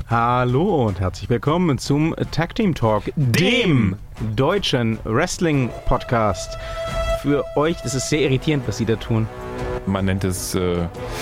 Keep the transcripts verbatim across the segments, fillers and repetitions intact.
Hallo und herzlich willkommen zum Tag Team Talk, dem deutschen Wrestling-Podcast. Für euch, das ist sehr irritierend, was sie da tun. Man nennt es, äh,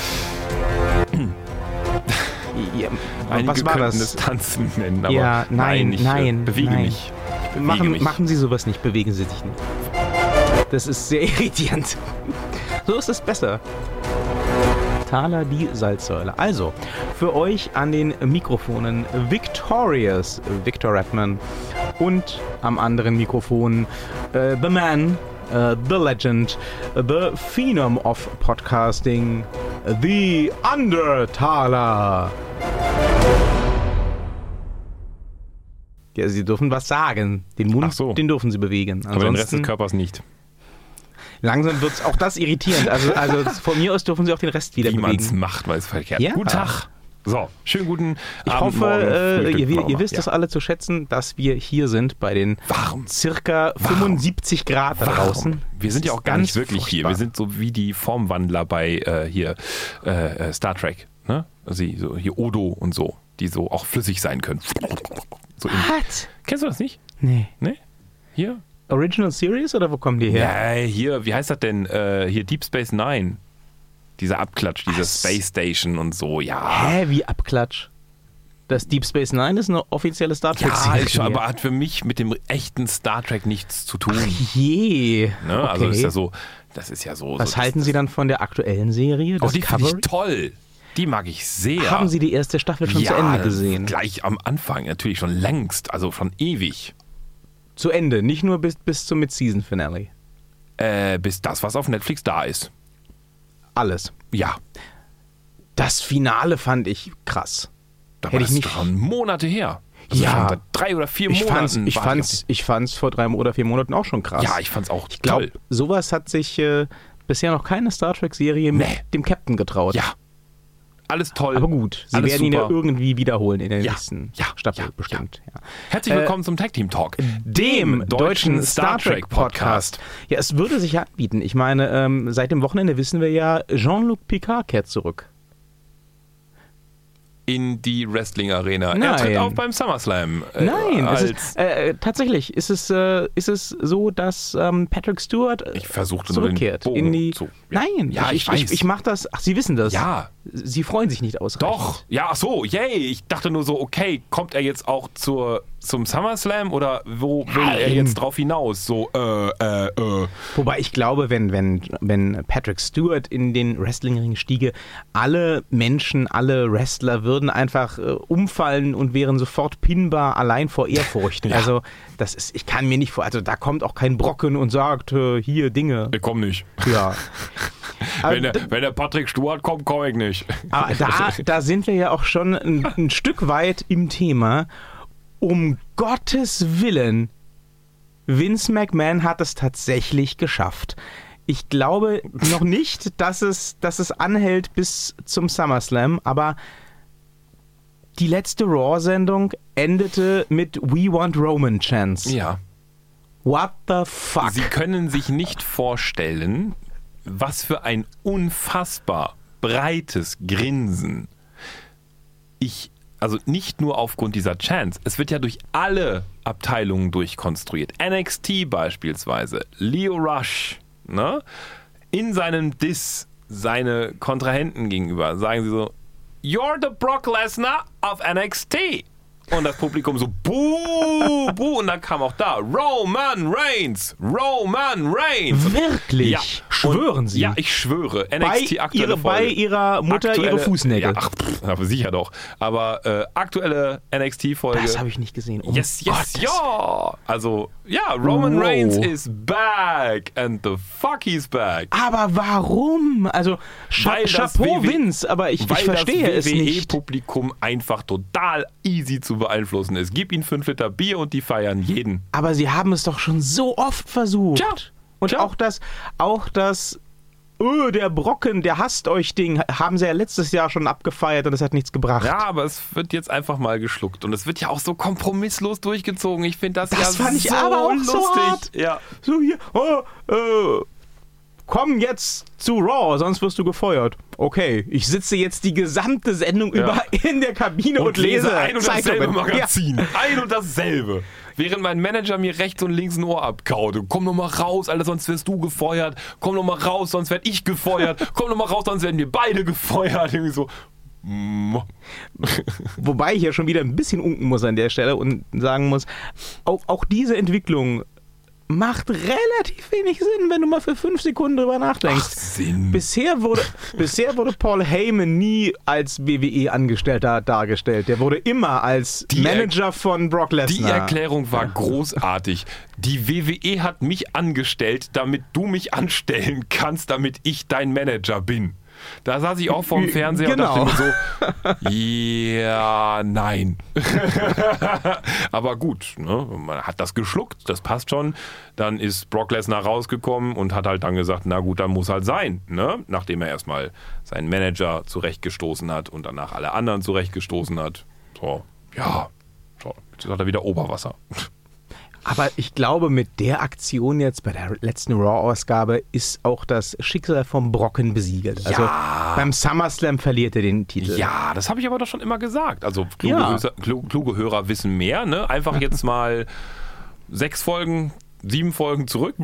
ja, einige was war das? Es Tanzen nennen, aber ja, nein, nein, ich nein, äh, bewege nein. mich. Ich bewege Machen, mich. machen Sie sowas nicht, bewegen Sie sich nicht. Das ist sehr irritierend. So ist es besser. Thaler, die Salzsäule. Also, für euch an den Mikrofonen Victorious Victor Redman und am anderen Mikrofon äh, The Man, äh, The Legend, The Phenom of Podcasting, The Undertaler. Ja, Sie dürfen was sagen. Den Mund, Ach so. den dürfen Sie bewegen. Ansonsten, Aber den Rest des Körpers nicht. langsam wird es auch das irritierend. Also, also von mir aus dürfen Sie auch den Rest wieder Wie man es bewegen. macht, weil es verkehrt. Ja. Guten Tag. So, schönen guten Ich Abend, hoffe, morgen, äh, Frühstück, ihr, wann auch ihr immer. wisst es Ja. alle zu schätzen, dass wir hier sind bei den Warm. circa Warm. fünfundsiebzig Grad da draußen. Warm. Wir sind ja Das auch ist gar nicht ganz wirklich hier. furchtbar. Wir sind so wie die Formwandler bei äh, hier äh, Star Trek. Ne? Also so hier Odo und so, die so auch flüssig sein können. So in, What? kennst du das nicht? Nee. Ne? Hier? Original Series oder wo kommen die her? Ja, hier, wie heißt das denn? Äh, hier Deep Space Nine. Dieser Abklatsch, diese Was? Space Station und so, ja. Hä, wie Abklatsch? Das Deep Space Nine ist eine offizielle Star Ja, Trek-Serie. ist schon, aber hat für mich mit dem echten Star Trek nichts zu tun. Je. Ne? Okay. Also ist ja so, das ist ja so. Was so, halten das, Sie dann von der aktuellen Serie? Oh, die finde ich Discovery? toll. Die mag ich sehr. Haben Sie die erste Staffel schon ja, zu Ende gesehen? Gleich am Anfang, natürlich schon längst, also schon ewig. Zu Ende, nicht nur bis, bis zum Mid-Season-Finale. Äh, bis das, was auf Netflix da ist. Alles. Ja. Das Finale fand ich krass. Da Hätte war ich das nicht- schon Monate her. Also Ja. schon seit drei oder vier Ich Monaten. fand's, ich, war fand's, ich fand's vor drei oder vier Monaten auch schon krass. Ja, ich fand's auch Ich glaube, toll. sowas hat sich äh, bisher noch keine Star Trek-Serie mit Nee. dem Captain getraut. Ja. Alles toll. Aber gut, sie Alles werden ihn ja super. irgendwie wiederholen in der Ja. nächsten Ja. Staffel Ja. bestimmt. Ja. Herzlich Äh, willkommen zum Tag Team Talk, Dem deutschen Star Trek Podcast. Ja, es würde sich ja anbieten. Ich meine, ähm, seit dem Wochenende wissen wir ja, Jean-Luc Picard kehrt zurück. In die Wrestling-Arena. Er Nein. tritt auf beim SummerSlam. Äh, Nein, es als ist, äh, tatsächlich ist es, äh, ist es so, dass ähm, Patrick Stewart äh, ich versuchte nur den zurückkehrt. Bogen In die, zu... Ja. Nein, Ja, ich ich, weiß. ich, ich mache das. Ach, Sie wissen das. Ja, Sie freuen sich nicht ausreichend. doch. Ja, ach so, yay. Ich dachte nur so, okay, kommt er jetzt auch zur, zum SummerSlam oder wo will er Nein. jetzt drauf hinaus? So, äh, äh, äh. Wobei ich glaube, wenn, wenn, wenn Patrick Stewart in den Wrestlingring stiege, alle Menschen, alle Wrestler würden einfach äh, umfallen und wären sofort pinbar allein vor Ehrfurcht. Ja. Also das ist, ich kann mir nicht vor, also da kommt auch kein Brocken und sagt, äh, hier Dinge. Ich komm nicht. Ja. Aber, Wenn der, wenn der Patrick Stewart kommt, komm ich nicht. aber da, da sind wir ja auch schon ein, ein Stück weit im Thema. Um Gottes Willen, Vince McMahon hat es tatsächlich geschafft. Ich glaube noch nicht, dass es, dass es anhält bis zum SummerSlam, aber die letzte Raw-Sendung endete mit We Want Roman Chance. Ja. What the fuck? Sie können sich nicht vorstellen, was für ein unfassbar breites Grinsen ich, also nicht nur aufgrund dieser Chance, es wird ja durch alle Abteilungen durchkonstruiert. N X T beispielsweise, Lio Rush, ne? In seinem Diss seine Kontrahenten gegenüber sagen sie so, you're the Brock Lesnar of N X T. Und das Publikum so, buh, buh. Und dann kam auch da, Roman Reigns, Roman Reigns. Wirklich? Ja. Schwören Und, Sie? Ja, ich schwöre. N bei, X T aktuelle ihre, bei Folge. ihrer Mutter Aktuelle- ihre Fußnägel. Ja, ach, pff, aber sicher doch. Aber äh, aktuelle N X T-Folge. Das habe ich nicht gesehen. Um Yes, yes, Gottes ja. Also, ja, Roman Wow. Reigns is back. And the fuck he's back. Aber warum? Also, Cha Weil das Chapeau W W Vince, aber ich, Weil ich verstehe das es W W nicht. E-Publikum einfach total easy zu beeinflussen ist. Gib ihnen fünf Liter Bier und die feiern jeden. Aber sie haben es doch schon so oft versucht. Tja, Und tja. auch das, auch das, öh, der Brocken, der hasst euch Ding, haben sie ja letztes Jahr schon abgefeiert und es hat nichts gebracht. Ja, aber es wird jetzt einfach mal geschluckt. Und es wird ja auch so kompromisslos durchgezogen. Ich finde das, Das ja fand ich so aber auch lustig. so hart. Ja. So hier, oh, äh, komm jetzt zu Raw, sonst wirst du gefeuert. Okay, ich sitze jetzt die gesamte Sendung Ja. über in der Kabine und, Und lese ein und dasselbe Zeitungen. Magazin. Ein und dasselbe. Während mein Manager mir rechts und links ein Ohr abkaute. Komm noch mal raus, Alter, sonst wirst du gefeuert. Komm noch mal raus, sonst werd ich gefeuert. Komm noch mal raus, sonst werden wir beide gefeuert. Irgendwie so. Wobei ich ja schon wieder ein bisschen unken muss an der Stelle und sagen muss, auch, auch diese Entwicklung macht relativ wenig Sinn, wenn du mal für fünf Sekunden drüber nachdenkst. Ach, Sinn. Bisher wurde, bisher wurde Paul Heyman nie als W W E-Angestellter dargestellt. Der wurde immer als Die Manager von Brock Lesnar. Die Erklärung war großartig. Die W W E hat mich angestellt, damit du mich anstellen kannst, damit ich dein Manager bin. Da saß ich auch vorm Fernseher Genau. und dachte mir so, ja, nein. Aber gut, ne? Man hat das geschluckt, das passt schon. Dann ist Brock Lesnar rausgekommen und hat halt dann gesagt, na gut, dann muss halt sein. Ne? Nachdem er erstmal seinen Manager zurechtgestoßen hat und danach alle anderen zurechtgestoßen hat. So, ja, so, jetzt hat er wieder Oberwasser. Aber ich glaube, mit der Aktion jetzt bei der letzten Raw-Ausgabe ist auch das Schicksal vom Brocken besiegelt. Also Ja. beim SummerSlam verliert er den Titel. Ja, das habe ich aber doch schon immer gesagt. Also kluge, Ja. Hörer, klu- kluge Hörer wissen mehr. Ne? Einfach jetzt mal sechs Folgen, sieben Folgen zurück.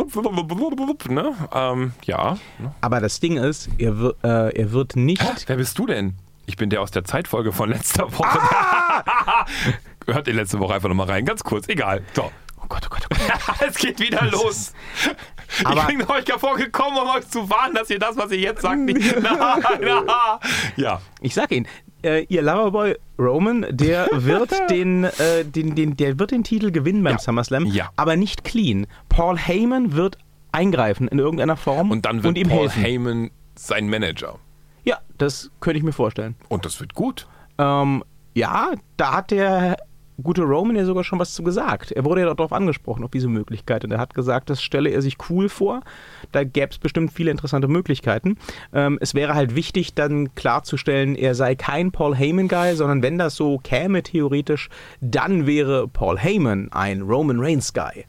Ne? Ähm, ja. Aber das Ding ist, er, wir, äh, er wird nicht... Wer bist du denn? Ich bin der aus der Zeitfolge von letzter Woche. Ah! Hört ihr letzte Woche einfach nochmal rein. Ganz kurz, egal. So. Oh Gott, oh Gott, oh Gott. Es geht wieder los. Aber- ich bin euch davor gekommen, um euch zu warnen, dass ihr das, was ihr jetzt sagt, nicht... Na, na. Ja. Ich sag Ihnen, äh, Ihr Loverboy Roman, der wird den, äh, den, den, der wird den Titel gewinnen beim Ja. SummerSlam, Ja. aber nicht clean. Paul Heyman wird eingreifen in irgendeiner Form Und dann wird ihm Paul helfen. Heyman sein Manager. Ja, das könnte ich mir vorstellen. Und das wird gut. Ähm, ja, da hat der gute Roman ja sogar schon was zu gesagt. Er wurde ja darauf angesprochen, auf diese Möglichkeit. Und er hat gesagt, das stelle er sich cool vor. Da gäbe es bestimmt viele interessante Möglichkeiten. Ähm, es wäre halt wichtig, dann klarzustellen, er sei kein Paul Heyman-Guy, sondern wenn das so käme, theoretisch, dann wäre Paul Heyman ein Roman Reigns-Guy.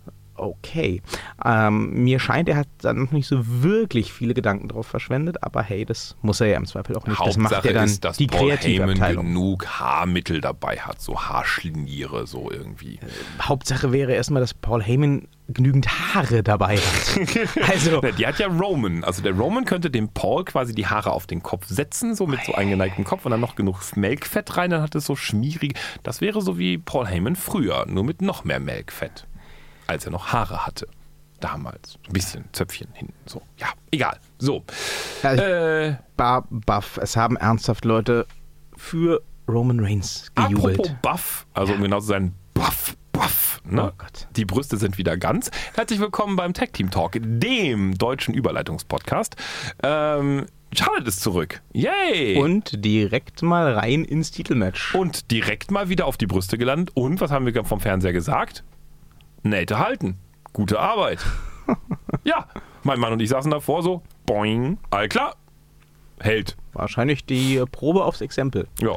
Okay. Ähm, mir scheint, er hat dann noch nicht so wirklich viele Gedanken drauf verschwendet, aber hey, das muss er ja im Zweifel auch nicht. Das macht Hauptsache ja dann ist, dass die Paul Heyman Kreativabteilung. genug Haarmittel dabei hat, so Haarschliniere, so irgendwie. Hauptsache wäre erstmal, dass Paul Heyman genügend Haare dabei hat. Also, Die hat ja Roman. Also der Roman könnte dem Paul quasi die Haare auf den Kopf setzen, so mit so eingeneigtem Kopf und dann noch genug Melkfett rein, dann hat es so schmierig. Das wäre so wie Paul Heyman früher, nur mit noch mehr Melkfett, als er noch Haare hatte. Damals. Ein bisschen Zöpfchen hinten. So, ja, egal. So. also Äh, Bar, Buff, es haben ernsthaft Leute für Roman Reigns gejubelt. apropos Buff, also um genau zu sein, Buff, Buff. Ne? Oh Gott. Die Brüste sind wieder ganz. Herzlich willkommen beim Tag Team Talk, dem deutschen Überleitungspodcast. Ähm, Charlotte ist zurück. Yay! Und direkt mal rein ins Titelmatch. Und direkt mal wieder auf die Brüste gelandet. Und was haben wir vom Fernseher gesagt? Nähte halten. Gute Arbeit. Ja, mein Mann und ich saßen davor so, boing, all klar. Hält. Wahrscheinlich die Probe aufs Exempel. Ja.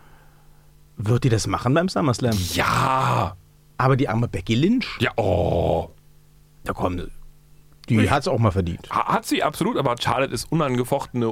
Wird die das machen beim SummerSlam? Ja. Aber die arme Becky Lynch, Ja, oh. da komm, die hat es auch mal verdient. Ha- Hat sie absolut, aber Charlotte ist unangefochtene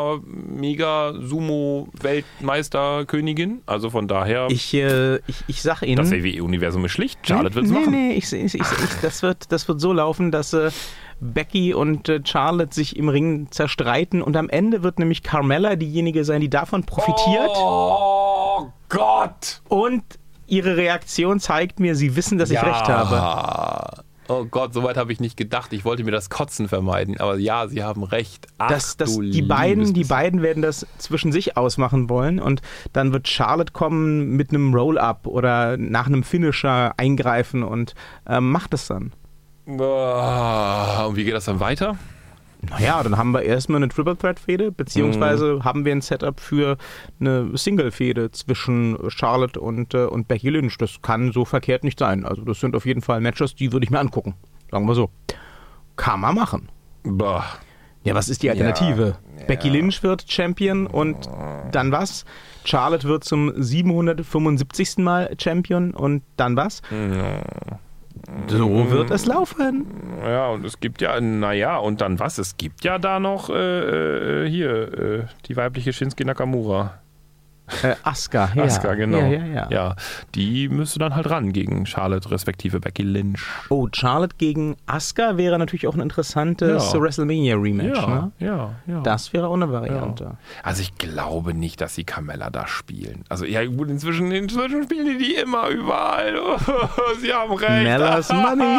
Ober-Mega-Sumo-Weltmeister-Königin. Also von daher, Ich, äh, ich, ich sag Ihnen... das W W E-Universum ist schlicht. Charlotte wird es nee, machen. Nee, ich, ich, ich, ich, das, wird, das wird so laufen, dass äh, Becky und äh, Charlotte sich im Ring zerstreiten und am Ende wird nämlich Carmella diejenige sein, die davon profitiert Oh Gott! und ihre Reaktion zeigt mir, sie wissen, dass ich recht habe. Oh Gott, soweit habe ich nicht gedacht. Ich wollte mir das Kotzen vermeiden. Aber ja, Sie haben recht. Ach, Dass, dass du die, beiden, liebes die bisschen. beiden werden das zwischen sich ausmachen wollen und dann wird Charlotte kommen mit einem Roll-Up oder nach einem Finisher eingreifen und ähm, macht es dann. Ah, Und wie geht das dann weiter? Naja, dann haben wir erstmal eine Triple-Threat-Fehde, beziehungsweise haben wir ein Setup für eine Single-Fehde zwischen Charlotte und, äh, und Becky Lynch. Das kann so verkehrt nicht sein. Also das sind auf jeden Fall Matches, die würde ich mir angucken. Sagen wir so. Kann man machen. Bah. Ja, was ist die Alternative? Ja, Becky ja. Lynch wird Champion und dann was? Charlotte wird zum siebenhundertfünfundsiebzigsten Mal Champion und dann was? So wird es laufen. Ja, und es gibt ja, naja, und dann was? Es gibt ja da noch äh, äh, hier äh, die weibliche Shinsuke Nakamura. Äh, Asuka, ja. Asuka, genau. Ja, ja, ja. ja, die müsste dann halt ran gegen Charlotte respektive Becky Lynch. Oh, Charlotte gegen Asuka wäre natürlich auch ein interessantes Ja. WrestleMania-Rematch, Ja, ne? ja, ja. Das wäre auch eine Variante. Ja. Also ich glaube nicht, dass sie Carmella da spielen. Also ja gut, inzwischen, inzwischen spielen die die immer überall. Sie haben recht. Mella's Money.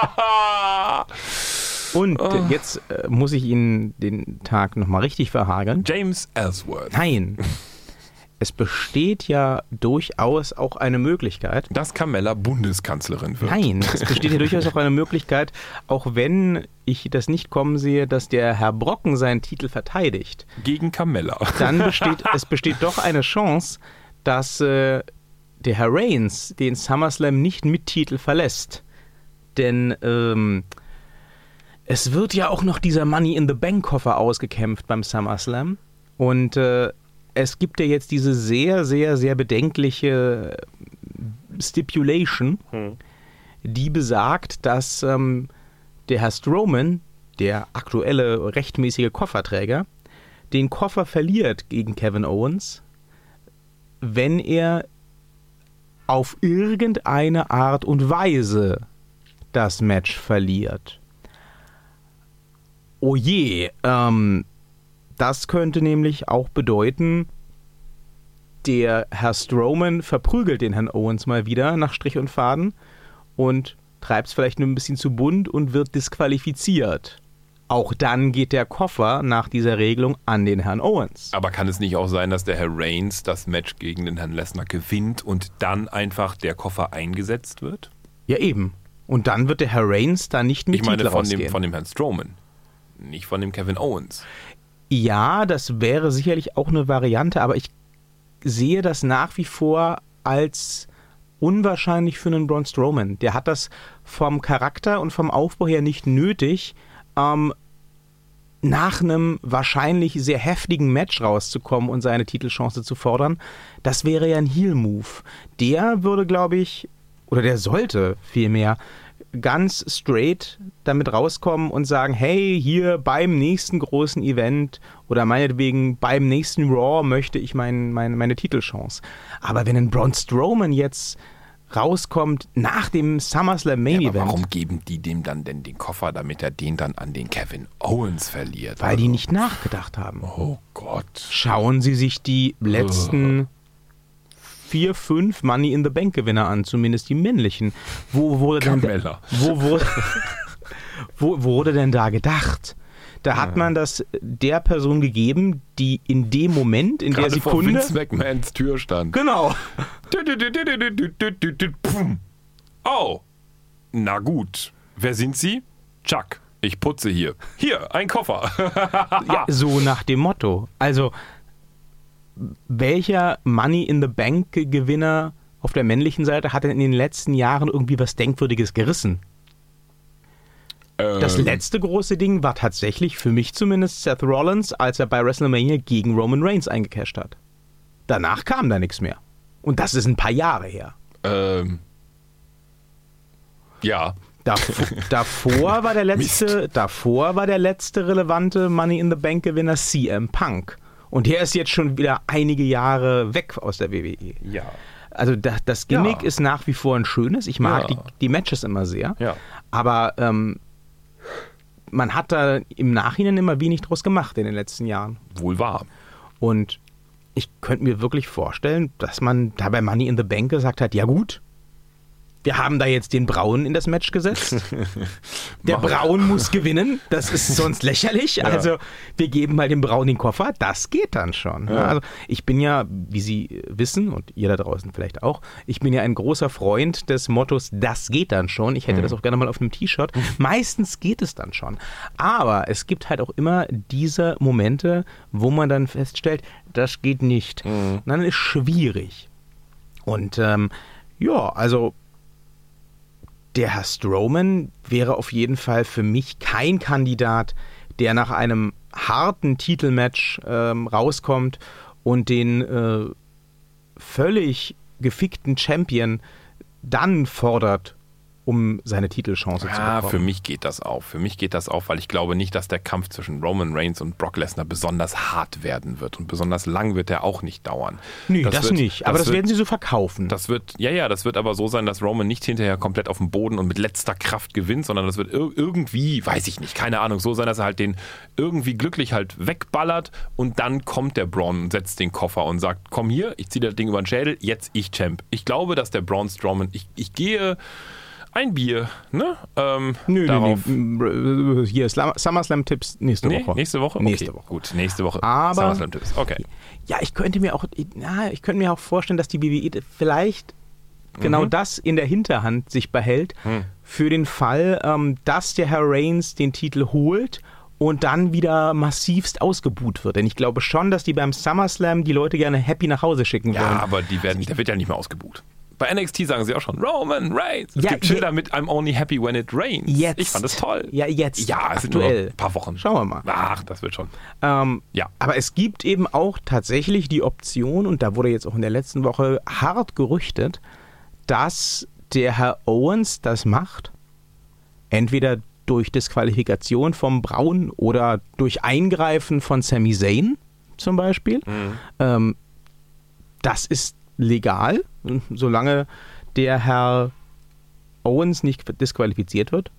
Und Oh. jetzt äh, muss ich Ihnen den Tag nochmal richtig verhageln. James Ellsworth. Nein. Es besteht ja durchaus auch eine Möglichkeit. Dass Carmella Bundeskanzlerin wird. Nein, es besteht ja durchaus auch eine Möglichkeit, auch wenn ich das nicht kommen sehe, dass der Herr Brocken seinen Titel verteidigt. Gegen Carmella. Dann besteht, es besteht doch eine Chance, dass äh, der Herr Reigns den SummerSlam nicht mit Titel verlässt. Denn ähm, es wird ja auch noch dieser Money in the Bank Koffer ausgekämpft beim SummerSlam. Und äh, es gibt ja jetzt diese sehr, sehr, sehr bedenkliche Stipulation, hm. die besagt, dass ähm, der Herr Strowman, der aktuelle rechtmäßige Kofferträger, den Koffer verliert gegen Kevin Owens, wenn er auf irgendeine Art und Weise das Match verliert. Oh je, ähm, das könnte nämlich auch bedeuten, der Herr Strowman verprügelt den Herrn Owens mal wieder nach Strich und Faden und treibt es vielleicht nur ein bisschen zu bunt und wird disqualifiziert. Auch dann geht der Koffer nach dieser Regelung an den Herrn Owens. Aber kann es nicht auch sein, dass der Herr Reigns das Match gegen den Herrn Lesnar gewinnt und dann einfach der Koffer eingesetzt wird? Ja, eben. Und dann wird der Herr Reigns da nicht mit Ich meine Titel von rausgehen. dem, von dem Herrn Strowman, nicht von dem Kevin Owens. Ja, das wäre sicherlich auch eine Variante, aber ich sehe das nach wie vor als unwahrscheinlich für einen Braun Strowman. Der hat das vom Charakter und vom Aufbau her nicht nötig, ähm, nach einem wahrscheinlich sehr heftigen Match rauszukommen und seine Titelchance zu fordern. Das wäre ja ein Heel-Move. Der würde, glaube ich, oder der sollte vielmehr ganz straight damit rauskommen und sagen, hey, hier beim nächsten großen Event oder meinetwegen beim nächsten Raw möchte ich mein, mein, meine Titelchance. Aber wenn ein Braun Strowman jetzt rauskommt nach dem SummerSlam Main Ja, Event. aber warum geben die dem dann denn den Koffer, damit er den dann an den Kevin Owens verliert? Weil also, die nicht nachgedacht haben. Oh Gott. Schauen Sie sich die letzten vier, fünf Money in the Bank Gewinner an, zumindest die männlichen. Wo wurde denn, Carmella. wo wurde, wo wurde denn da gedacht? Da hat man das der Person gegeben, die in dem Moment, in Gerade der vor Sekunde... Vince McMahons Tür stand. Genau. Oh, na gut. Wer sind Sie? Chuck. Ich putze hier. Hier, ein Koffer. Ja, so nach dem Motto. Also, welcher Money in the Bank Gewinner auf der männlichen Seite hat denn in den letzten Jahren irgendwie was Denkwürdiges gerissen? Das Ähm, letzte große Ding war tatsächlich, für mich zumindest, Seth Rollins, als er bei WrestleMania gegen Roman Reigns eingecasht hat. Danach kam da nichts mehr. Und das ist ein paar Jahre her. Ähm, ja. Davor, davor, war der letzte, davor war der letzte relevante Money in the Bank Gewinner C M Punk. Und der ist jetzt schon wieder einige Jahre weg aus der W W E. Ja. Also das, das Gimmick Ja. ist nach wie vor ein schönes. Ich mag Ja. die, die Matches immer sehr. Ja. Aber ähm, man hat da im Nachhinein immer wenig draus gemacht in den letzten Jahren. Wohl wahr. Und ich könnte mir wirklich vorstellen, dass man da bei Money in the Bank gesagt hat, ja gut, wir haben da jetzt den Braun in das Match gesetzt. Der Machen wir. Braun muss gewinnen. Das ist sonst lächerlich. Ja. Also wir geben mal dem Braun den Koffer. Das geht dann schon. Ja. Also ich bin ja, wie Sie wissen und ihr da draußen vielleicht auch, ich bin ja ein großer Freund des Mottos, das geht dann schon. Ich hätte Mhm. das auch gerne mal auf einem T-Shirt. Meistens geht es dann schon. Aber es gibt halt auch immer diese Momente, wo man dann feststellt, das geht nicht. Mhm. Und dann ist schwierig. Und ähm, ja, also der Herr Strowman wäre auf jeden Fall für mich kein Kandidat, der nach einem harten Titelmatch ähm, rauskommt und den äh, völlig gefickten Champion dann fordert um seine Titelchance ja, zu bekommen. Für mich geht das auf. Für mich geht das auf, weil ich glaube nicht, dass der Kampf zwischen Roman Reigns und Brock Lesnar besonders hart werden wird. Und besonders lang wird er auch nicht dauern. Nee, das, das wird, nicht. Aber das, das wird, werden sie so verkaufen. Das wird, ja, ja, das wird aber so sein, dass Roman nicht hinterher komplett auf dem Boden und mit letzter Kraft gewinnt, sondern das wird ir- irgendwie, weiß ich nicht, keine Ahnung, so sein, dass er halt den irgendwie glücklich halt wegballert und dann kommt der Braun und setzt den Koffer und sagt, komm hier, ich ziehe das Ding über den Schädel, jetzt ich Champ. Ich glaube, dass der Braun Strowman, ich, ich gehe ein Bier, ne? Ähm, nö, darauf. nö, nö. Hier, SummerSlam-Tipps nächste nee, Woche. Nächste Woche? Nächste okay, Woche. Gut, nächste Woche. Aber, SummerSlam-Tipps, okay. Ja, ich könnte mir auch, ja, ich könnte mir auch vorstellen, dass die B W I vielleicht genau mhm. das in der Hinterhand sich behält, mhm. für den Fall, ähm, dass der Herr Reigns den Titel holt und dann wieder massivst ausgebuht wird. Denn ich glaube schon, dass die beim SummerSlam die Leute gerne happy nach Hause schicken ja, wollen. Ja, aber die werden, der wird ja nicht mehr ausgebuht. Bei N X T sagen sie auch schon, Roman Reigns. Es ja, gibt Schilder mit I'm only happy when it rains. Jetzt. Ich fand das toll. Ja, jetzt. Ja, es sind aktuell. nur noch ein paar Wochen. Schauen wir mal. Ach, das wird schon. Ähm, ja. Aber es gibt eben auch tatsächlich die Option, und da wurde jetzt auch in der letzten Woche hart gerüchtet, dass der Herr Owens das macht. Entweder durch Disqualifikation vom Braun oder durch Eingreifen von Sami Zayn zum Beispiel. Mhm. Ähm, das ist legal, solange der Herr Owens nicht disqualifiziert wird.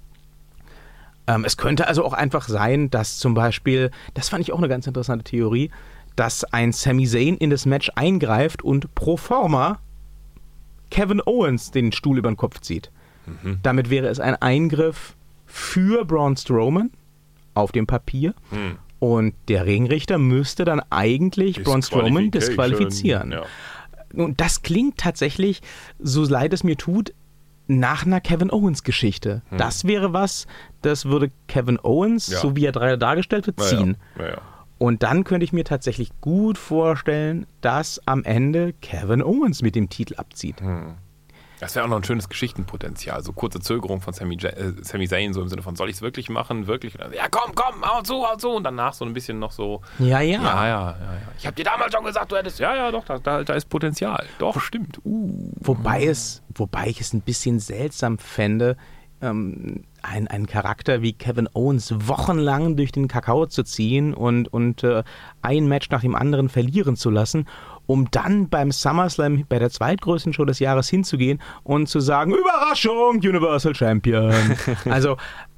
Ähm, es könnte also auch einfach sein, dass zum Beispiel, das fand ich auch eine ganz interessante Theorie, dass ein Sami Zayn in das Match eingreift und pro forma Kevin Owens den Stuhl über den Kopf zieht. Mhm. Damit wäre es ein Eingriff für Braun Strowman auf dem Papier. Mhm. Und der Ringrichter müsste dann eigentlich Braun Strowman disqualifizieren. Ja. Und das klingt tatsächlich, so leid es mir tut, nach einer Kevin Owens-Geschichte. Hm. Das wäre was, das würde Kevin Owens, ja. so wie er dargestellt wird, ziehen. Ja. Ja, ja. Und dann könnte ich mir tatsächlich gut vorstellen, dass am Ende Kevin Owens mit dem Titel abzieht. Hm. Das wäre auch noch ein schönes Geschichtenpotenzial. So kurze Zögerung von Sami, äh, Sami Zayn, so im Sinne von, soll ich es wirklich machen? Wirklich? Dann, ja, komm, komm, hau zu, hau zu. Und danach so ein bisschen noch so. Ja, ja. Ja, ja, ja. ja. Ich habe dir damals schon gesagt, du hättest. Ja, ja, doch, da, da, da ist Potenzial. Doch, stimmt. Uh. Wobei, es, wobei ich es ein bisschen seltsam fände, ähm, einen, einen Charakter wie Kevin Owens wochenlang durch den Kakao zu ziehen und, und äh, ein Match nach dem anderen verlieren zu lassen, um dann beim SummerSlam bei der zweitgrößten Show des Jahres hinzugehen und zu sagen, Überraschung, Universal Champion. Also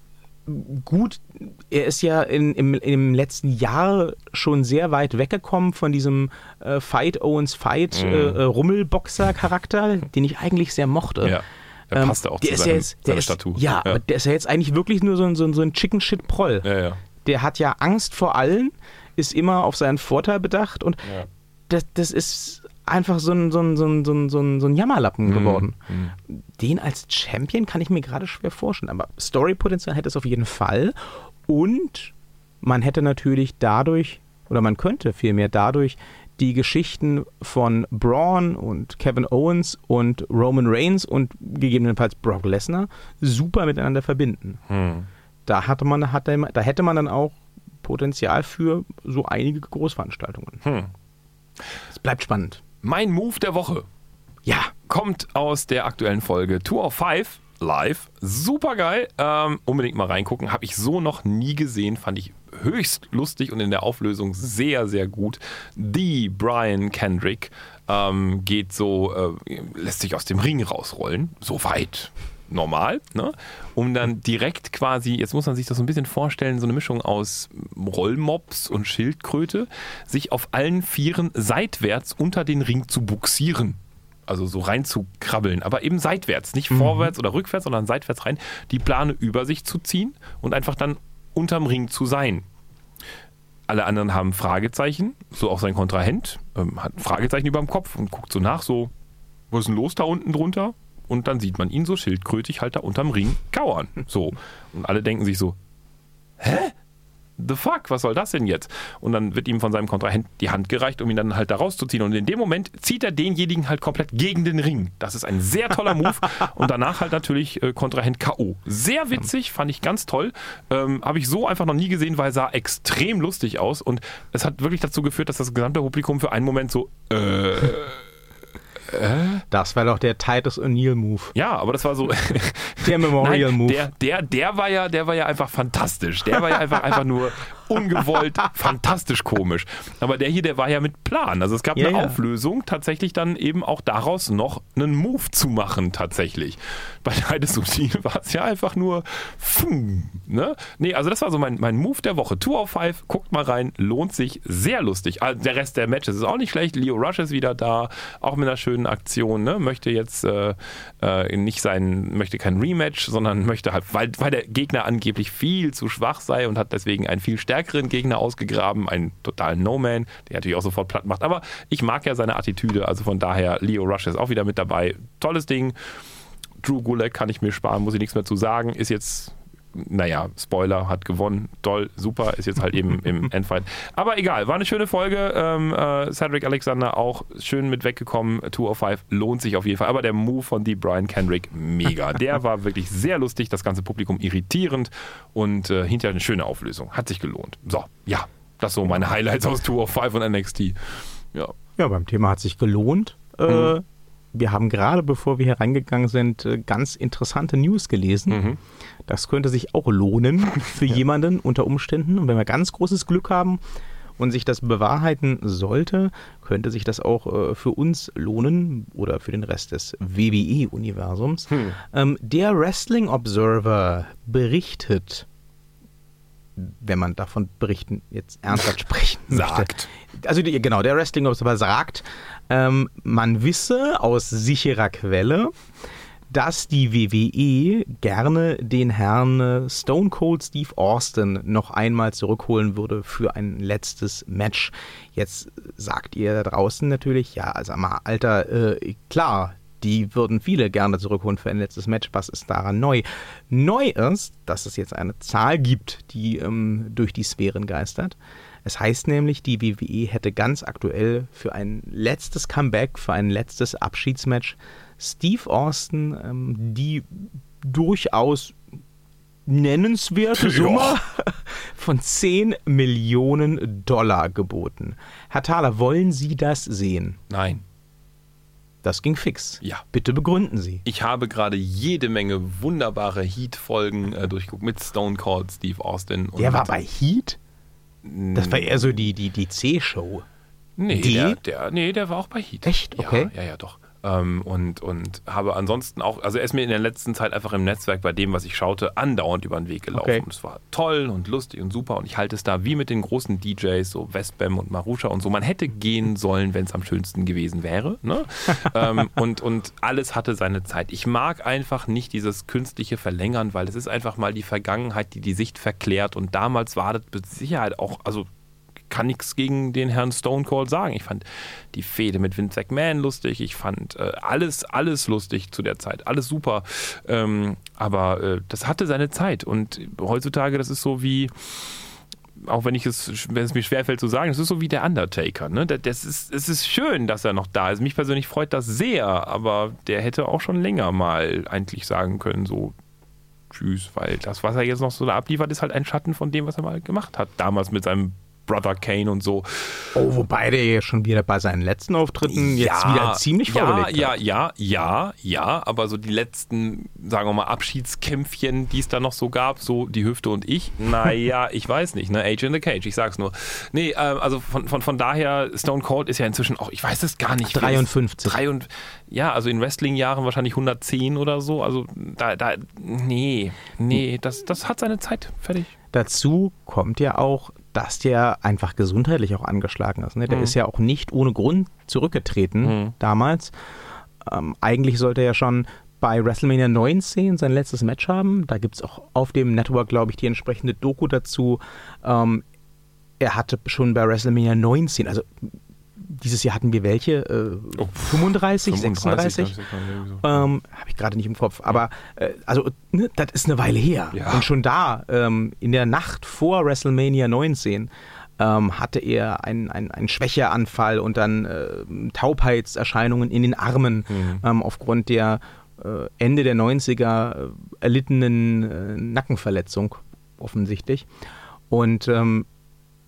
gut, er ist ja in, im, im letzten Jahr schon sehr weit weggekommen von diesem äh, Fight Owens Fight mhm. äh, Rummelboxer-Charakter, den ich eigentlich sehr mochte. Ja. Der ähm, passt auch der zu ist seinem, ja jetzt, der seiner ist, Statur. Ja, ja, aber der ist ja jetzt eigentlich wirklich nur so ein, so ein, so ein Chicken-Shit-Proll. Ja, ja. Der hat ja Angst vor allen, ist immer auf seinen Vorteil bedacht und ja. das, das ist einfach so ein, so ein, so ein, so ein, so ein, so ein Jammerlappen mhm. geworden. Mhm. Den als Champion kann ich mir gerade schwer vorstellen, aber Story-Potenzial hätte es auf jeden Fall und man hätte natürlich dadurch, oder man könnte vielmehr dadurch die Geschichten von Braun und Kevin Owens und Roman Reigns und gegebenenfalls Brock Lesnar super miteinander verbinden. Mhm. Da, hatte man, hatte, da hätte man dann auch Potenzial für so einige Großveranstaltungen. Mhm. Es bleibt spannend. Mein Move der Woche. Ja. Kommt aus der aktuellen Folge Tour of Five live. Super geil. Ähm, unbedingt mal reingucken. Habe ich so noch nie gesehen. Fand ich höchst lustig und in der Auflösung sehr, sehr gut. Die Brian Kendrick ähm, geht so, äh, lässt sich aus dem Ring rausrollen. So weit. Normal, ne? Um dann direkt quasi, jetzt muss man sich das so ein bisschen vorstellen, so eine Mischung aus Rollmops und Schildkröte, sich auf allen Vieren seitwärts unter den Ring zu buxieren. Also so rein zu krabbeln, aber eben seitwärts, nicht mhm. vorwärts oder rückwärts, sondern seitwärts rein, die Plane über sich zu ziehen und einfach dann unterm Ring zu sein. Alle anderen haben Fragezeichen, so auch sein Kontrahent, ähm, hat ein Fragezeichen über dem Kopf und guckt so nach, so, was ist denn los da unten drunter? Und dann sieht man ihn so schildkrötig halt da unterm Ring kauern. So. Und alle denken sich so, hä? The fuck, was soll das denn jetzt? Und dann wird ihm von seinem Kontrahent die Hand gereicht, um ihn dann halt da rauszuziehen. Und in dem Moment zieht er denjenigen halt komplett gegen den Ring. Das ist ein sehr toller Move. Und danach halt natürlich äh, Kontrahent K O. Sehr witzig, fand ich ganz toll. Ähm, Habe ich so einfach noch nie gesehen, weil er sah extrem lustig aus. Und es hat wirklich dazu geführt, dass das gesamte Publikum für einen Moment so, äh... Äh? Das war doch der Titus O'Neil-Move. Ja, aber das war so... Der Memorial-Move. Der, der, der, war ja, der war ja einfach fantastisch. Der war ja einfach, einfach nur ungewollt, fantastisch komisch. Aber der hier, der war ja mit Plan. Also es gab Ja, eine ja. Auflösung, tatsächlich dann eben auch daraus noch einen Move zu machen, tatsächlich. Bei Titus O'Neil war es ja einfach nur... Pfum, ne? Nee, also das war so mein, mein Move der Woche. zwei auf fünf, guckt mal rein, lohnt sich, sehr lustig. Also der Rest der Matches ist auch nicht schlecht. Lio Rush ist wieder da, auch mit einer schönen Aktion, ne? Möchte jetzt äh, äh, nicht sein, möchte kein Rematch, sondern möchte halt, weil, weil der Gegner angeblich viel zu schwach sei und hat deswegen einen viel stärkeren Gegner ausgegraben, einen totalen No-Man, der natürlich auch sofort platt macht. Aber ich mag ja seine Attitüde, also von daher, Lio Rush ist auch wieder mit dabei. Tolles Ding. Drew Gulak kann ich mir sparen, muss ich nichts mehr zu sagen. Ist jetzt, naja, Spoiler, hat gewonnen. Toll, super, ist jetzt halt eben im Endfight. Aber egal, war eine schöne Folge. Ähm, äh, Cedric Alexander auch schön mit weggekommen. zwei auf fünf lohnt sich auf jeden Fall. Aber der Move von die Brian Kendrick, mega. Der war wirklich sehr lustig, das ganze Publikum irritierend und äh, hinterher eine schöne Auflösung. Hat sich gelohnt. So, ja, das so meine Highlights aus zwei auf fünf und N X T. Ja. Ja, beim Thema hat sich gelohnt. Mhm. Äh, wir haben gerade, bevor wir hier reingegangen sind, äh, ganz interessante News gelesen. Mhm. Das könnte sich auch lohnen für jemanden unter Umständen. Und wenn wir ganz großes Glück haben und sich das bewahrheiten sollte, könnte sich das auch äh, für uns lohnen oder für den Rest des W W E-Universums. Hm. Ähm, der Wrestling Observer berichtet, wenn man davon berichten jetzt ernsthaft sprechen möchte. Sagt. Also die, genau, der Wrestling Observer sagt, ähm, man wisse aus sicherer Quelle, dass die W W E gerne den Herrn äh, Stone Cold Steve Austin noch einmal zurückholen würde für ein letztes Match. Jetzt sagt ihr da draußen natürlich, ja, also mal, Alter, äh, klar, die würden viele gerne zurückholen für ein letztes Match. Was ist daran neu? Neu ist, dass es jetzt eine Zahl gibt, die ähm, durch die Sphären geistert. Es heißt nämlich, die W W E hätte ganz aktuell für ein letztes Comeback, für ein letztes Abschiedsmatch Steve Austin ähm, die durchaus nennenswerte Summe Ja. von zehn Millionen Dollar geboten. Herr Thaler, wollen Sie das sehen? Nein. Das ging fix. Ja. Bitte begründen Sie. Ich habe gerade jede Menge wunderbare Heat-Folgen äh, durchgeguckt mit Stone Cold Steve Austin. Und Der war mit, bei Heat? Das war eher so die, die, die C-Show. Nee, die? der, der, nee, der war auch bei Heat. Echt? Okay. Ja, ja, ja, doch. Ähm, und, und habe ansonsten auch, also er ist mir in der letzten Zeit einfach im Netzwerk bei dem, was ich schaute, andauernd über den Weg gelaufen. Okay. Und es war toll und lustig und super und ich halte es da wie mit den großen D Js, so Westbam und Marusha und so. Man hätte gehen sollen, wenn es am schönsten gewesen wäre. Ne? ähm, und, und alles hatte seine Zeit. Ich mag einfach nicht dieses künstliche Verlängern, weil es ist einfach mal die Vergangenheit, die die Sicht verklärt und damals war das mit Sicherheit auch, also kann nichts gegen den Herrn Stone Cold sagen. Ich fand die Fehde mit Vince McMahon lustig. Ich fand äh, alles, alles lustig zu der Zeit. Alles super. Ähm, aber äh, das hatte seine Zeit. Und heutzutage, das ist so wie, auch wenn ich es, wenn es mir schwerfällt zu sagen, das ist so wie der Undertaker. Ne? Das ist, es ist schön, dass er noch da ist. Mich persönlich freut das sehr, aber der hätte auch schon länger mal eigentlich sagen können, so tschüss, weil das, was er jetzt noch so da abliefert, ist halt ein Schatten von dem, was er mal gemacht hat. Damals mit seinem Brother Kane und so. Oh, wobei der ja schon wieder bei seinen letzten Auftritten jetzt Ja, wieder ziemlich ja, vorgelegt ja, hat. ja, ja, ja, aber so die letzten, sagen wir mal, Abschiedskämpfchen, die es da noch so gab, so die Hüfte und ich, naja, ich weiß nicht, ne, Age in the Cage, ich sag's nur. Nee, äh, also von, von, von daher, Stone Cold ist ja inzwischen auch, ich weiß es gar nicht. dreiundfünfzig. Drei und, ja, also in Wrestling-Jahren wahrscheinlich hundertzehn oder so, also da, da, nee, nee, das, das hat seine Zeit, fertig. Dazu kommt ja auch, dass der einfach gesundheitlich auch angeschlagen ist. Ne? Der Mhm. ist ja auch nicht ohne Grund zurückgetreten Mhm. damals. Ähm, eigentlich sollte er ja schon bei WrestleMania neunzehn sein letztes Match haben. Da gibt es auch auf dem Network, glaube ich, die entsprechende Doku dazu. Ähm, er hatte schon bei WrestleMania neunzehn, also dieses Jahr hatten wir welche? Äh, Oh, fünfunddreißig, sechsunddreißig? Ähm, Habe ich gerade nicht im Kopf. Aber äh, also, ne, das ist eine Weile her. Ja. Und schon da, ähm, in der Nacht vor WrestleMania neunzehn, ähm, hatte er einen ein Schwächeanfall und dann äh, Taubheitserscheinungen in den Armen Mhm. ähm, aufgrund der äh, Ende der neunziger äh, erlittenen äh, Nackenverletzung, offensichtlich. Und ähm,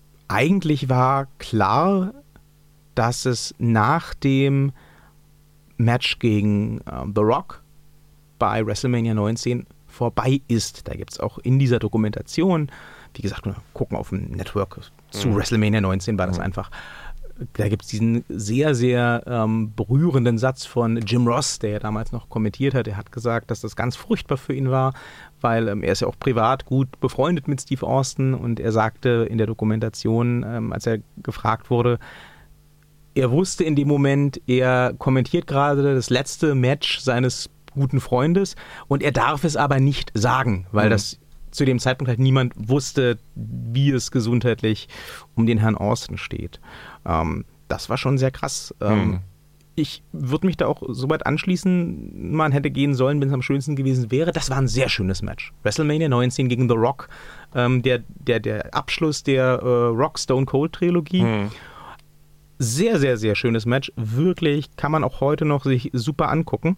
eigentlich war klar, dass es nach dem Match gegen äh, The Rock bei WrestleMania neunzehn vorbei ist. Da gibt es auch in dieser Dokumentation, wie gesagt, wir gucken auf dem Network zu mhm. WrestleMania neunzehn war das mhm. einfach. Da gibt es diesen sehr, sehr ähm, berührenden Satz von Jim Ross, der ja damals noch kommentiert hat. Er hat gesagt, dass das ganz furchtbar für ihn war, weil ähm, er ist ja auch privat gut befreundet mit Steve Austin und er sagte in der Dokumentation, ähm, als er gefragt wurde, er wusste in dem Moment, er kommentiert gerade das letzte Match seines guten Freundes und er darf es aber nicht sagen, weil mhm. das zu dem Zeitpunkt halt niemand wusste, wie es gesundheitlich um den Herrn Austin steht. Ähm, das war schon sehr krass. Ähm, mhm. Ich würde mich da auch so weit anschließen, man hätte gehen sollen, wenn es am schönsten gewesen wäre. Das war ein sehr schönes Match. WrestleMania neunzehn gegen The Rock, ähm, der, der, der Abschluss der äh, Rock-Stone-Cold-Trilogie. Mhm. Sehr, sehr, sehr schönes Match. Wirklich, kann man auch heute noch sich super angucken.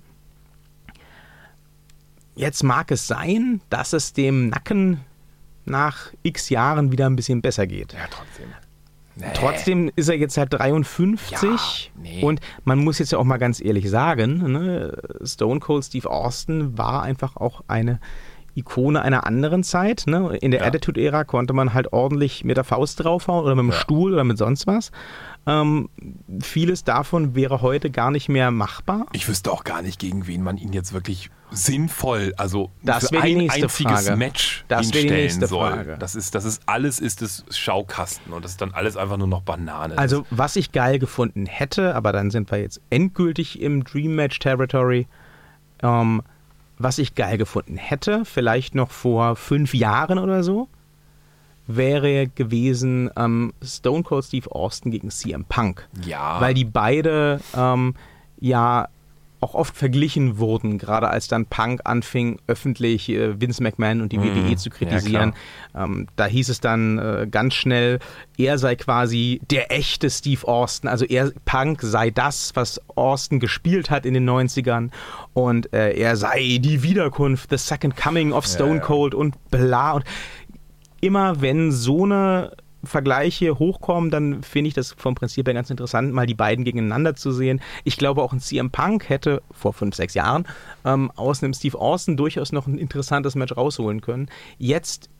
Jetzt mag es sein, dass es dem Nacken nach x Jahren wieder ein bisschen besser geht. Ja, trotzdem. Nee. Trotzdem ist er jetzt halt dreiundfünfzig ja, nee. und man muss jetzt ja auch mal ganz ehrlich sagen, ne, Stone Cold Steve Austin war einfach auch eine Ikone einer anderen Zeit. Ne? In der ja. Attitude-Ära konnte man halt ordentlich mit der Faust draufhauen oder mit dem ja. Stuhl oder mit sonst was. Ähm, vieles davon wäre heute gar nicht mehr machbar. Ich wüsste auch gar nicht, gegen wen man ihn jetzt wirklich sinnvoll, also das für ein einziges Frage. Match das ihn stellen soll. Frage. Das ist, das ist alles ist das Schaukasten und das ist dann alles einfach nur noch Banane. Also was ich geil gefunden hätte, aber dann sind wir jetzt endgültig im Dream Match Territory, ähm, was ich geil gefunden hätte, vielleicht noch vor fünf Jahren oder so, wäre gewesen ähm, Stone Cold Steve Austin gegen C M Punk. Ja. Weil die beide ähm, ja auch oft verglichen wurden, gerade als dann Punk anfing, öffentlich äh, Vince McMahon und die mm, W W E zu kritisieren. Ja, ähm, da hieß es dann äh, ganz schnell, er sei quasi der echte Steve Austin, also er, Punk sei das, was Austin gespielt hat in den neunzigern und äh, er sei die Wiederkunft, the second coming of Stone ja, ja. Cold und bla. Und immer wenn so eine Vergleiche hochkommen, dann finde ich das vom Prinzip her ganz interessant, mal die beiden gegeneinander zu sehen. Ich glaube, auch ein C M Punk hätte vor fünf, sechs Jahren ähm, aus einem Steve Austin durchaus noch ein interessantes Match rausholen können. Jetzt,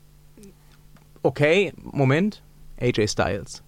okay, Moment, A J Styles.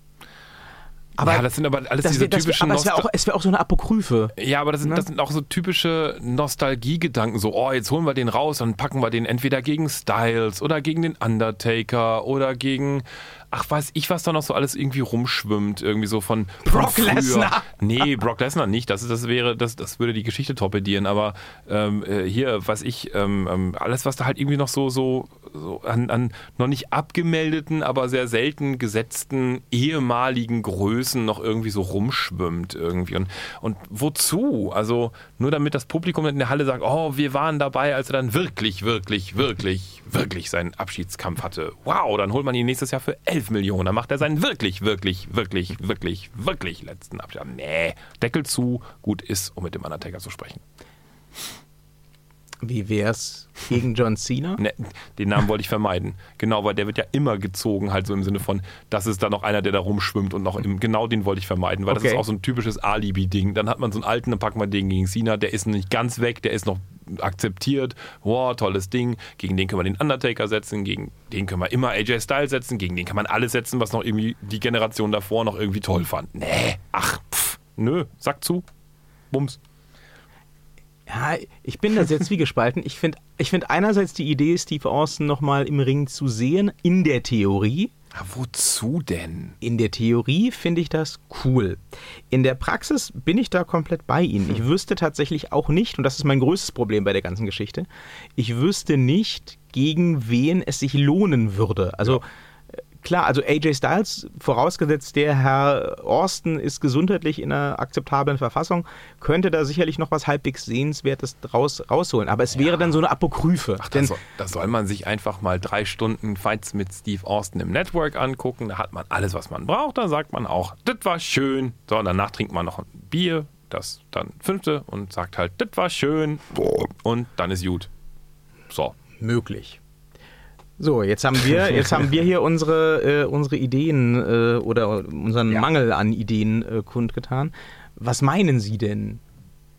Aber ja, das sind aber alles diese wär, das typischen... Wär, aber es wäre auch, es wär auch so eine Apokryphe. Ja, aber das sind, ne? das sind auch so typische Nostalgiegedanken. So, oh, jetzt holen wir den raus, dann packen wir den entweder gegen Styles oder gegen den Undertaker oder gegen... Ach, weiß ich, was da noch so alles irgendwie rumschwimmt. Irgendwie so von... Brock von Lesnar! Nee, Brock Lesnar nicht. Das, ist, das, wäre, das, das würde die Geschichte torpedieren. Aber ähm, hier, weiß ich, ähm, alles, was da halt irgendwie noch so, so, so an, an noch nicht abgemeldeten, aber sehr selten gesetzten ehemaligen Größen noch irgendwie so rumschwimmt irgendwie. Und, und wozu? Also nur damit das Publikum in der Halle sagt, oh, wir waren dabei, als er dann wirklich, wirklich, wirklich, wirklich seinen Abschiedskampf hatte. Wow, dann holt man ihn nächstes Jahr für elf Millionen. Dann macht er seinen wirklich, wirklich, wirklich, wirklich, wirklich letzten Abschied. Nee, Deckel zu, gut ist, um mit dem Undertaker zu sprechen. Wie wär's gegen John Cena? Ne, den Namen wollte ich vermeiden. Genau, weil der wird ja immer gezogen, halt so im Sinne von, das ist da noch einer, der da rumschwimmt und noch im, genau den wollte ich vermeiden, weil okay. Das ist auch so ein typisches Alibi-Ding. Dann hat man so einen alten, dann packen wir den gegen Cena, der ist nicht ganz weg, der ist noch akzeptiert, wow, tolles Ding, gegen den können wir den Undertaker setzen, gegen den können wir immer A J Styles setzen, gegen den kann man alles setzen, was noch irgendwie die Generation davor noch irgendwie toll fand. Nee, ach, pff, nö, Sack zu, Bums. Ja, ich bin da sehr zwiegespalten. Ich finde ich find einerseits die Idee, Steve Austin nochmal im Ring zu sehen, in der Theorie. Ja, wozu denn? In der Theorie finde ich das cool. In der Praxis bin ich da komplett bei Ihnen. Ich wüsste tatsächlich auch nicht, und das ist mein größtes Problem bei der ganzen Geschichte, ich wüsste nicht, gegen wen es sich lohnen würde. Also klar, also A J Styles, vorausgesetzt der Herr Austin ist gesundheitlich in einer akzeptablen Verfassung, könnte da sicherlich noch was halbwegs Sehenswertes draus rausholen. Aber es wäre ja dann so eine Apokryphe. Ach, da, soll, da soll man sich einfach mal drei Stunden Fights mit Steve Austin im Network angucken. Da hat man alles, was man braucht. Da sagt man auch, das war schön. So, und danach trinkt man noch ein Bier, das dann fünfte, und sagt halt, das war schön. Und dann ist gut. So. Möglich. So, jetzt haben wir, jetzt haben wir hier unsere, äh, unsere Ideen äh, oder unseren ja. Mangel an Ideen äh, kundgetan. Was meinen Sie denn?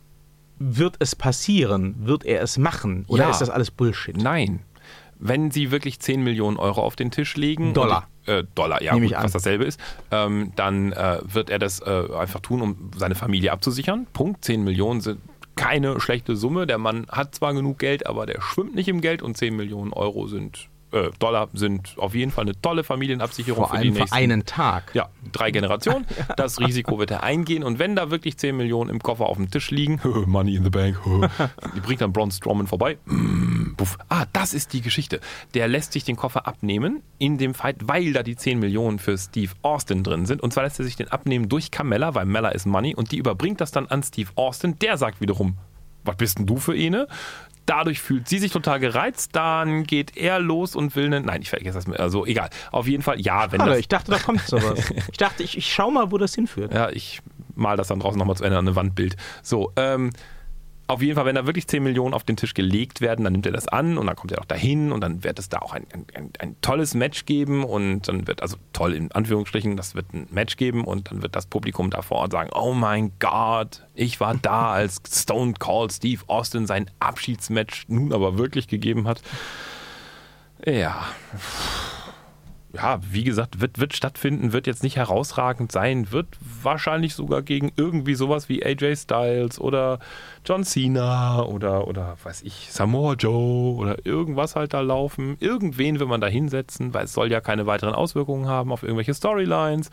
wird es passieren? Wird er es machen? Oder Ja. ist das alles Bullshit? Nein. Wenn sie wirklich zehn Millionen Euro auf den Tisch legen. Dollar. Und, äh, Dollar, ja, Nehme gut, ich an. was dasselbe ist. Ähm, dann äh, wird er das äh, einfach tun, um seine Familie abzusichern. Punkt. zehn Millionen sind keine schlechte Summe. Der Mann hat zwar genug Geld, aber der schwimmt nicht im Geld und zehn Millionen Euro sind, äh, Dollar sind auf jeden Fall eine tolle Familienabsicherung Vor für die allem für nächsten einen Tag. ja, drei Generationen. Das Risiko wird er eingehen. Und wenn da wirklich zehn Millionen im Koffer auf dem Tisch liegen, Money in the Bank, die bringt dann Braun Strowman vorbei. Puff. Ah, das ist die Geschichte. Der lässt sich den Koffer abnehmen in dem Fight, weil da die zehn Millionen für Steve Austin drin sind. Und zwar lässt er sich den abnehmen durch Carmella, weil Mella ist Money. Und die überbringt das dann an Steve Austin. Der sagt wiederum, was bist denn du für eine? Dadurch fühlt sie sich total gereizt, dann geht er los und will einen. Nein, ich vergesse das mit. Also egal. Auf jeden Fall, ja, wenn Alter, das. ich dachte, da kommt sowas. Ich dachte, ich, ich schau mal, wo das hinführt. Ja, ich mal das dann draußen nochmal zu Ende an eine Wandbild. So, ähm, auf jeden Fall, wenn da wirklich zehn Millionen auf den Tisch gelegt werden, dann nimmt er das an und dann kommt er auch dahin und dann wird es da auch ein, ein, ein, ein tolles Match geben und dann wird, also toll in Anführungsstrichen, das wird ein Match geben und dann wird das Publikum da vor Ort sagen, oh mein Gott, ich war da, als Stone Cold Steve Austin sein Abschiedsmatch nun aber wirklich gegeben hat. Ja, ja, wie gesagt, wird, wird stattfinden, wird jetzt nicht herausragend sein, wird wahrscheinlich sogar gegen irgendwie sowas wie A J Styles oder John Cena oder, oder weiß ich, Samoa Joe oder irgendwas halt da laufen. Irgendwen will man da hinsetzen, weil es soll ja keine weiteren Auswirkungen haben auf irgendwelche Storylines.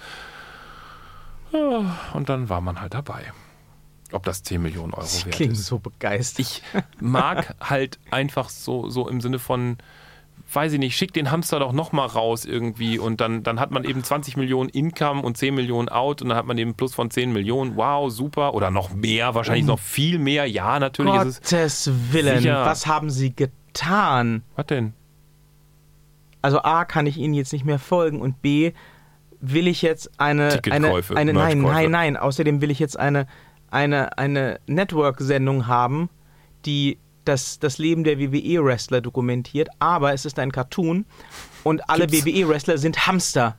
Ja, und dann war man halt dabei. Ob das zehn Millionen Euro Ich wert klinge ist. so begeistert. Ich mag halt einfach so, so im Sinne von, weiß ich nicht, schick den Hamster doch nochmal raus irgendwie und dann, dann hat man eben zwanzig Millionen Income und zehn Millionen Out und dann hat man eben Plus von zehn Millionen. Wow, super. Oder noch mehr, wahrscheinlich noch viel mehr. Ja, natürlich ist es. Gottes Willen, sicher. was haben sie getan? Was denn? Also A, kann ich Ihnen jetzt nicht mehr folgen und B, will ich jetzt eine... eine, Ticketkäufe, eine Nein, Merchkäufe. nein, nein. Außerdem will ich jetzt eine, eine, eine Network-Sendung haben, die das, das Leben der W W E-Wrestler dokumentiert, aber es ist ein Cartoon und alle Gibt's? W W E-Wrestler sind Hamster.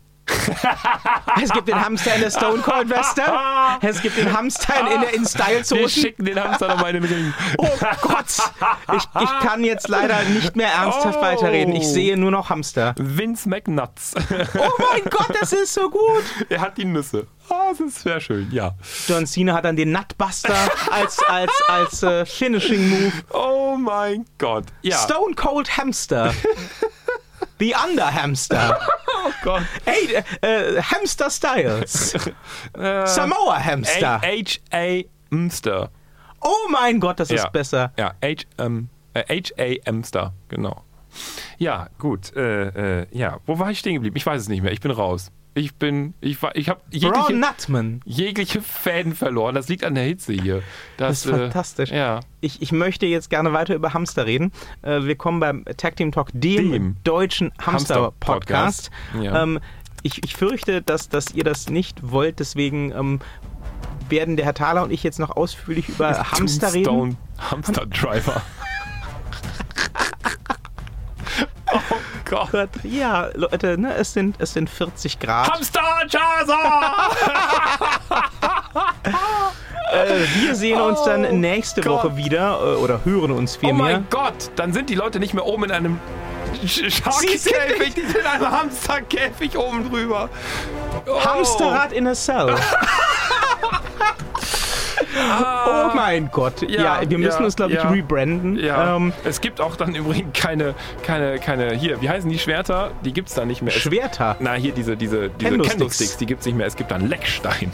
Es gibt den Hamster in der Stone Cold Weste, es gibt den Hamster in, in, der- in Styles Wir Hosen. schicken den Hamster nochmal in den Ring. Oh Gott! Ich, ich kann jetzt leider nicht mehr ernsthaft Oh. weiterreden. Ich sehe nur noch Hamster. Vince McNuts. Oh mein Gott, das ist so gut! Er hat die Nüsse. Ah, das ist sehr schön, ja. John Cena hat dann den Nutbuster als, als, als äh, Finishing Move. Oh mein Gott. Ja. Stone Cold Hamster. The Under Hamster. Oh Gott. Hey, äh, äh, Hamster Styles. Samoa Hamster. H A Mster. Oh mein Gott, das ist Ja. besser. Ja, H, ähm, äh, H A Mster, genau. Ja, gut. Äh, äh, ja, wo war ich stehen geblieben? Ich weiß es nicht mehr. Ich bin raus. Ich bin, ich war, ich habe jegliche, Braun Nutman. jegliche Fäden verloren. Das liegt an der Hitze hier. Das, Das ist fantastisch. Äh, ja. Ich, ich möchte jetzt gerne weiter über Hamster reden. Äh, wir kommen beim Tag Team Talk, dem, Dem deutschen Hamster-Podcast. Hamster-Podcast. Ja. Ähm, ich, ich fürchte, dass, dass ihr das nicht wollt, deswegen ähm, werden der Herr Thaler und ich jetzt noch ausführlich über Hamster reden. Tombstone Hamster Driver. Oh Gott. Gott, ja, Leute, ne, es sind, es sind vierzig Grad. Hamster Chaser! Äh, wir sehen uns dann Oh nächste Gott. Woche wieder äh, oder hören uns Oh vielmehr. mein Gott, dann sind die Leute nicht mehr oben in einem Sch- Sie Shark-Käfig, die sind in einem Hamsterkäfig oben drüber. Oh. Hamsterrad in a Cell. Oh mein Gott. Ja, Ja, wir müssen ja, uns, glaube ich, ja. rebranden. Ja, Ähm, es gibt auch dann übrigens keine, keine, keine, hier, wie heißen die Schwerter? Die gibt es da nicht mehr. Es, Schwerter. na, hier diese, diese, diese Kendo-Sticks. Candlesticks, die gibt es nicht mehr. Es gibt dann Leckstein.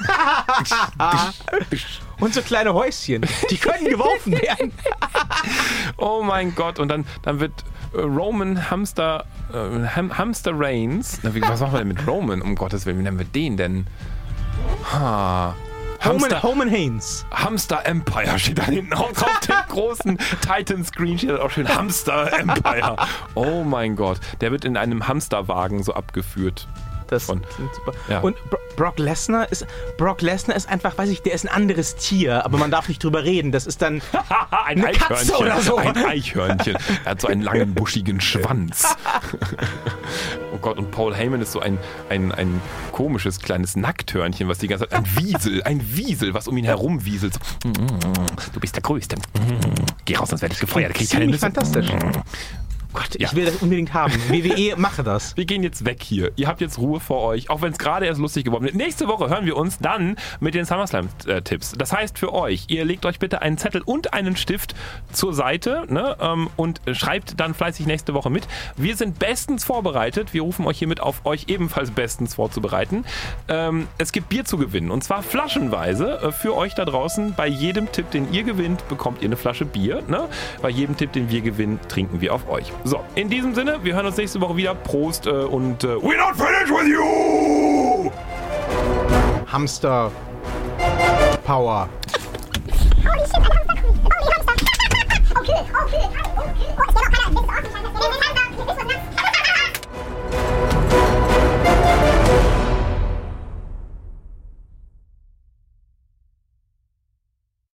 Und so kleine Häuschen. Die können geworfen werden. Oh mein Gott, und dann, dann wird äh, Roman Hamster, äh, Ham, Hamster Reigns. Na, wie, was machen wir denn mit Roman? Um Gottes Willen, wie nennen wir den denn? Ha. Hamster, Homan, Homan Haynes. Hamster Empire steht da hinten auf, auf dem großen Titan-Screen steht da auch schön Hamster Empire. Oh mein Gott, der wird in einem Hamsterwagen so abgeführt. Das Von- klingt super. ja. Und Bro Brock Lesnar ist Brock Lesnar ist einfach, weiß ich, der ist ein anderes Tier, aber man darf nicht drüber reden. Das ist dann Ein Eine Katze oder so. Ein Eichhörnchen. Er hat so einen langen, buschigen Schwanz. Oh Gott, und Paul Heyman ist so ein, ein, ein komisches kleines Nackthörnchen, was die ganze Zeit, ein Wiesel, ein Wiesel, was um ihn herum wieselt. So, du bist der Größte. Geh raus, sonst werde ich gefeuert. Krieg ich keine Nüsse. Fantastisch. Gott, Ja. ich will das unbedingt haben. W W E, mache das. Wir gehen jetzt weg hier. Ihr habt jetzt Ruhe vor euch, auch wenn es gerade erst lustig geworden ist. Nächste Woche hören wir uns dann mit den SummerSlam-Tipps. Das heißt für euch, ihr legt euch bitte einen Zettel und einen Stift zur Seite, ne, ähm, und schreibt dann fleißig nächste Woche mit. Wir sind bestens vorbereitet. Wir rufen euch hiermit auf, euch ebenfalls bestens vorzubereiten. Ähm, es gibt Bier zu gewinnen und zwar flaschenweise äh, für euch da draußen. Bei jedem Tipp, den ihr gewinnt, bekommt ihr eine Flasche Bier. Ne? Bei jedem Tipp, den wir gewinnen, trinken wir auf euch. So, in diesem Sinne, wir hören uns nächste Woche wieder. Prost äh, und äh, we're not finished with you! Hamster Power.